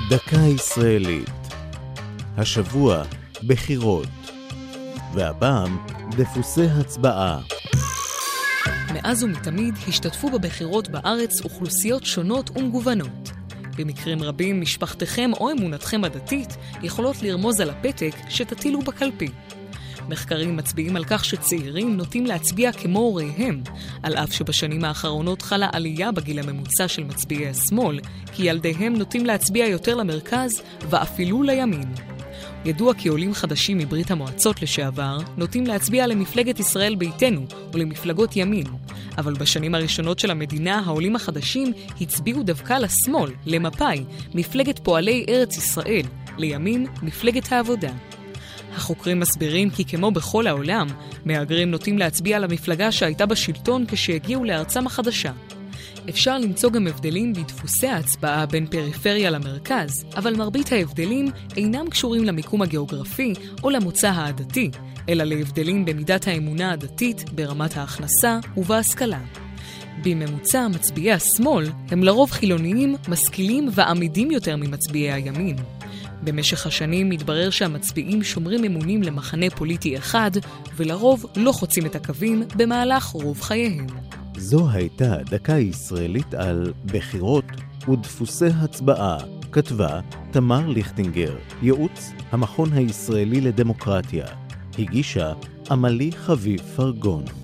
דקה ישראלית. השבוע בחירות. והפעם דפוסי הצבעה. מאז ומתמיד השתתפו בבחירות בארץ אוכלוסיות שונות ומגוונות. במקרים רבים משפחתכם או אמונתכם הדתית יכולות לרמוז על הפתק שתטילו בקלפי. מחקרים מצביעים על כך שצעירים נוטים להצביע כמו הוריהם, על אף שבשנים האחרונות חלה עלייה בגיל הממוצע של מצביעי השמאל, כי ילדיהם נוטים להצביע יותר למרכז ואפילו לימין. ידוע כי עולים חדשים מברית המועצות לשעבר נוטים להצביע למפלגת ישראל ביתנו ולמפלגות ימין, אבל בשנים הראשונות של המדינה העולים החדשים הצביעו דווקא לשמאל, למפא"י, מפלגת פועלי ארץ ישראל, לימין, מפלגת העבודה. החוקרים מסבירים כי כמו בכל העולם, מהגרים נוטים להצביע למפלגה שהייתה בשלטון כשהגיעו לארצם החדשה. אפשר למצוא גם הבדלים בדפוסי ההצבעה בין פריפריה למרכז, אבל מרבית ההבדלים אינם קשורים למיקום הגיאוגרפי או למוצא העדתי, אלא להבדלים במידת האמונה הדתית, ברמת ההכנסה ובהשכלה. בממוצע, מצביעי השמאל הם לרוב חילוניים, משכילים ועמידים יותר ממצביעי הימין. במשך השנים מתברר שהמצביעים שומרים אמונים למחנה פוליטי אחד, ולרוב לא חוצים את הקווים במהלך רוב חייהם. זו הייתה דקה ישראלית על בחירות ודפוסי הצבעה. כתבה תמר ליכטינגר, ייעוץ המכון הישראלי לדמוקרטיה. הגישה עמלי חביב פרגון.